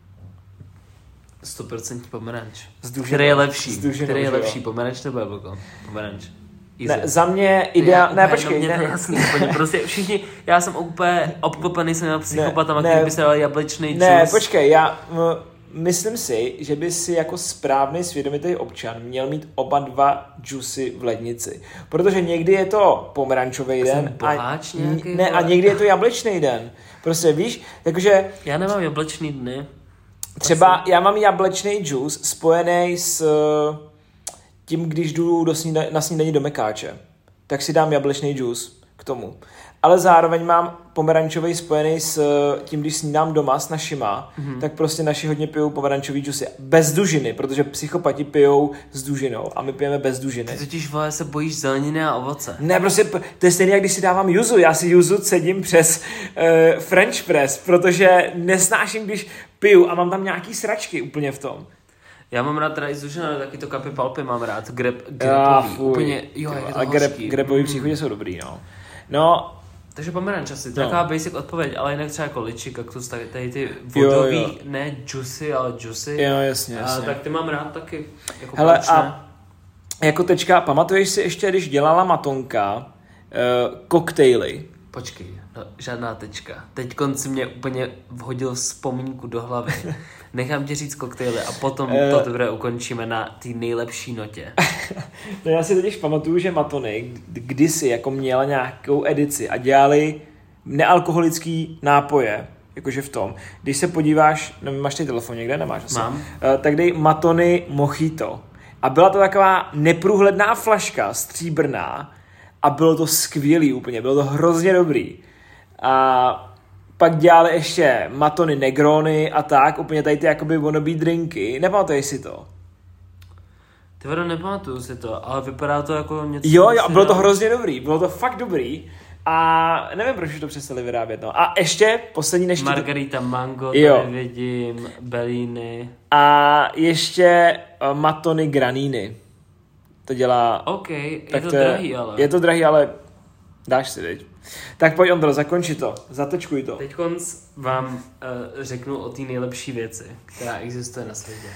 sto procent pomeranč. Zduženou. Který je lepší? Zduženou, Který je že jo. lepší? Pomeranč nebo jablko? Pomeranč. Ne, za mě ideál, ne, počkej, Mě to je ne, jasný, úplně, prostě všichni, já jsem úplně obklopený jsem psychopatama, Ne, který ne. by se dal jablečný džus. ne, počkej, já m, myslím si, že by si jako správný svědomitý občan měl mít oba dva džusy v lednici. Protože někdy je to pomerančový Já jsem den boháč nějaký, ne, a vole. někdy je to jablečný den. Prostě víš, takže Já nemám jablečný dny. třeba já mám jablečný džus spojený s eh, tím, když jdu do snída, na snídaní do Mekáče, tak si dám jablečný džus k tomu. Ale zároveň mám pomerančový spojený s eh, tím, když snídám doma s našima, mm-hmm. tak prostě naši hodně pijou pomerančový džusy. Bez dužiny, protože psychopati pijou s dužinou a my pijeme bez dužiny. Ty totiž, vole, se bojíš zeleniny a ovoce. Ne, prostě p- to je stejné, jak když si dávám juzu. Já si juzu cedím přes uh, French press, protože nesnáším, když piju a mám tam nějaký sračky úplně v tom. Já mám rád teda i zužené, ale taky to kapy palpy mám rád. Grep, Ah, grepový. fuj. Úplně, jo, jak je to A grep, hořký. grepový Mm. příchutě jsou dobrý, no. No, Takže pomeranč asi, No. taková basic odpověď, ale jinak třeba jako liči, kaktus, tady, tady ty Jo, vodový, jo. ne juicy, ale juicy. jo, jasně, A, jasně. tak ty mám rád taky. Jako Hele, proč ne? a jako tečka, pamatuješ si ještě, když dělala Matonka uh, koktejly? Počkej, no, žádná tečka. Teď si mě úplně vhodil vzpomínku do hlavy. Nechám ti říct koktejly a potom Eh. to teprve ukončíme na té nejlepší notě. No já si totiž pamatuju, že Matony kdysi jako měla nějakou edici a dělali nealkoholický nápoje, jakože v tom. Když se podíváš, nevím, máš ty telefon někde, nemáš asi? Mám. Uh, tak dej Matony Mojito. A byla to taková neprůhledná flaška, stříbrná, a bylo to skvělý úplně, bylo to hrozně dobrý. A pak dělali ještě Matony Negrony a tak, úplně tady ty jakoby wannabe drinky. Nepamatuješ si to? Ty vado, nepamatuju si to, ale vypadá to jako něco... Jo, co jo, si bylo to dám. hrozně dobrý, bylo to fakt dobrý. A nevím, proč to přestali vyrábět, no. A ještě poslední než ti to- Margarita Mango, Jo. tady vidím, Bellini. A ještě uh, Matony Granini. To dělá... OK, je tak to drahý, ale. Je to drahý, ale dáš si, viď? Tak pojď, Ondro, zakonči to. Zatečkuj to. Teď vám uh, řeknu o té nejlepší věci, která existuje na světě.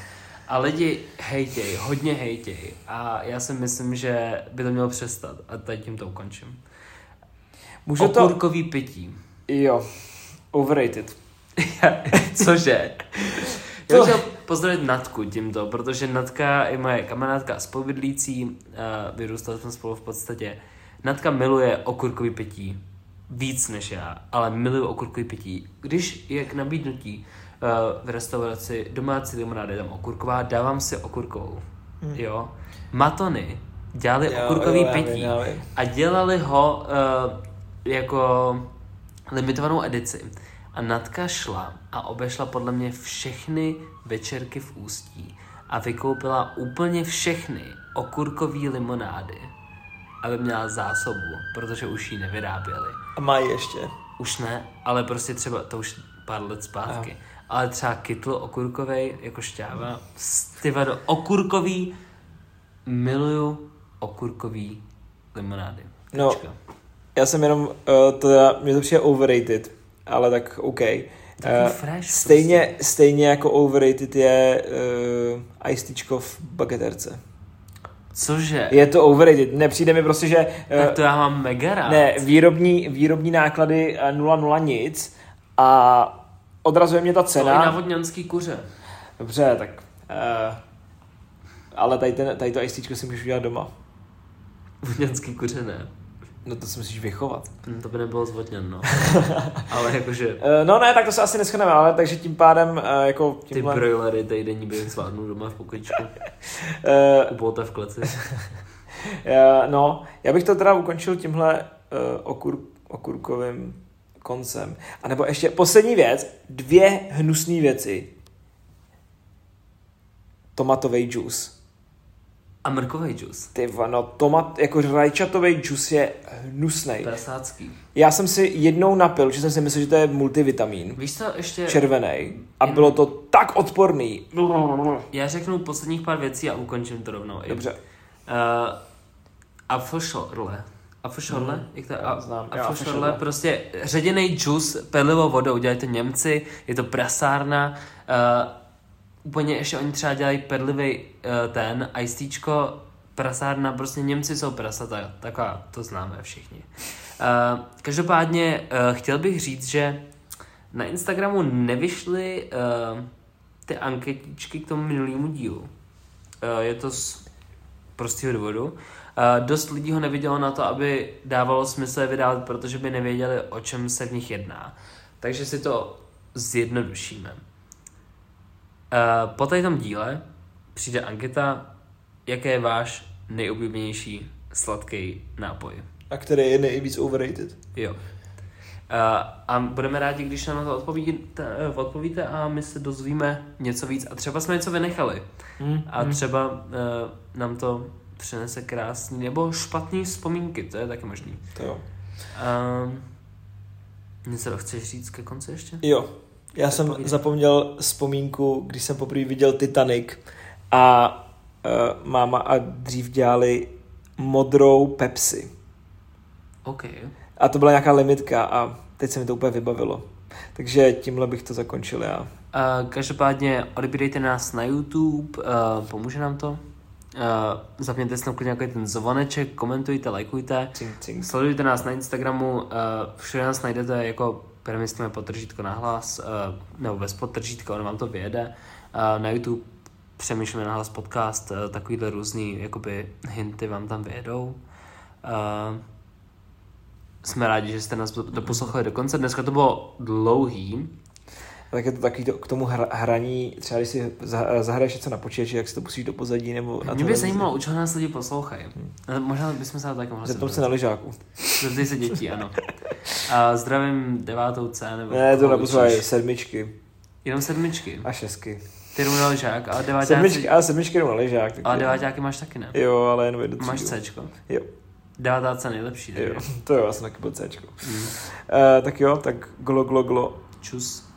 A lidi hejtěj, hodně hejtěj. A já si myslím, že by to mělo přestat. A teď tím to ukončím. Můžu Okurkový to... pití. Jo, overrated. Cože? Já bych chtěl pozdravit Natku tímto, protože Natka je moje kamarádka a spolubydlící, vyrůstali jsme spolu v podstatě. Natka miluje okurkový pití víc než já, ale miluju okurkový pití. Když je k nabídnutí uh, v restauraci domácí limonáda, je tam okurková, dávám si okurkovou. Hmm. Jo? Matony dělali jo, okurkový jo, pití já vím, já vím. A dělali ho uh, jako limitovanou edici. A Natka šla a obešla podle mě všechny večerky v Ústí a vykoupila úplně všechny okurkový limonády, aby měla zásobu, protože už ji nevyráběli. A má ještě? Už ne, ale prostě třeba, to už pár let zpátky. Aha. Ale třeba kytl okurkovej, jako šťáva, styvado, okurkový, miluju okurkový limonády. No, Tečka. Já jsem jenom, uh, teda, mě to přijde overrated, ale tak OK. Uh, fresh, stejně, prostě. stejně jako overrated je uh, iced v bageterce. Cože? Je to overrated. Nepřijde mi prostě, že... Uh, tak to já mám mega rád. Ne, výrobní, výrobní náklady nula nula nic a odrazuje mě ta cena. To i na vodňanský kuře. Dobře, tak... Uh, ale tady, ten, tady to iced si můžeš udělat doma. Vodňanský kuře ne. No to si musíš vychovat. No, to by nebylo zvodněn, no. Ale jakože... Uh, no ne, tak to se asi neschodneme, ale takže tím pádem uh, jako... Tímhle... Ty broilery týdenní bych zvládnul doma v pokojičku. uh, Upolta v kleci. uh, no, já bych to teda ukončil tímhle uh, okur, okurkovým koncem. A nebo ještě poslední věc, dvě hnusné věci. Tomatový džus. A mrkovej džus. Ty no, tomat, jako rajčatový džus je hnusnej. Prasácký. Já jsem si jednou napil, že jsem si myslel, že to je multivitamin. Víš co, ještě... Červenej. A jen... bylo to tak odporný. Já řeknu posledních pár věcí a ukončím to rovnou. Dobře. Uh, Apfelschorle. Apfelschorle? Mm, Jak to je? Já znám. Apfelschorle, prostě ředěnej džus, perlivou vodou, dělají to Němci, je to prasárna. Uh, Úplně ještě oni třeba dělají perlivý uh, ten icedčko, prasárna, prostě Němci jsou prasata, taková, to známe všichni. Uh, každopádně uh, chtěl bych říct, že na Instagramu nevyšly uh, ty anketičky k tomu minulému dílu. Uh, je to z prostého důvodu. Uh, dost lidí ho nevidělo na to, aby dávalo smysl je vydávat, protože by nevěděli, o čem se v nich jedná. Takže si to zjednodušíme. Uh, po tady tom díle přijde anketa, jaké je váš nejoblíbenější sladký nápoj. A který je nejvíc overrated. Jo. Uh, a budeme rádi, když nám na to odpovíte, odpovíte a my se dozvíme něco víc. A třeba jsme něco vynechali. Mm, a mm. třeba uh, nám to přinese krásný nebo špatný vzpomínky, to je taky možný. To jo. Uh, něco chceš říct ke konci ještě? Jo. Já tak jsem povídej. Zapomněl vzpomínku, když jsem poprvé viděl Titanic a uh, máma a dřív dělali modrou Pepsi. OK. A to byla nějaká limitka a teď se mi to úplně vybavilo. Takže tímhle bych to zakončil já. Uh, každopádně odebírejte nás na YouTube, uh, pomůže nám to. Uh, zapněte si klidně nějaký ten zvoneček, komentujte, lajkujte. Cink, cink. Sledujte nás na Instagramu, uh, všude nás najdete jako přemyslíme podtržítko nahlas, uh, nebo bez podtržítka, ono vám to vyjede. Uh, na YouTube přemýšlíme nahlas podcast, uh, takovýhle různý jakoby hinty vám tam vyjedou. Uh, jsme rádi, že jste nás doposlouchali do konce. Dneska to bylo dlouhý. Tak je to takový to, k tomu hra, hraní, třeba když si zahraješ něco na počítači, jak si to pustíš do pozadí, nebo... Mě by zajímalo, u čeho nás lidi poslouchají. Hmm. Možná bychom se na to taky mohli... Zeptám se na lyžáku. Zeptej se dětí, ano. A zdravím devátou C, nebo... Ne, to naposlouchají sedmičky. Jenom sedmičky? A šestky. Ty jdou na lyžák, ale deváťáci... Sedmičky, ale sedmičky jdou na lyžák. Ale deváťáky máš taky, ne? Jo, ale jenom jednu Máš Cčko? Jo. Devátá C nejlepší, jo, to jo, já jsem taky byl Cčko. Hmm. Uh, tak jo, tak glo, glo, glo. Čus.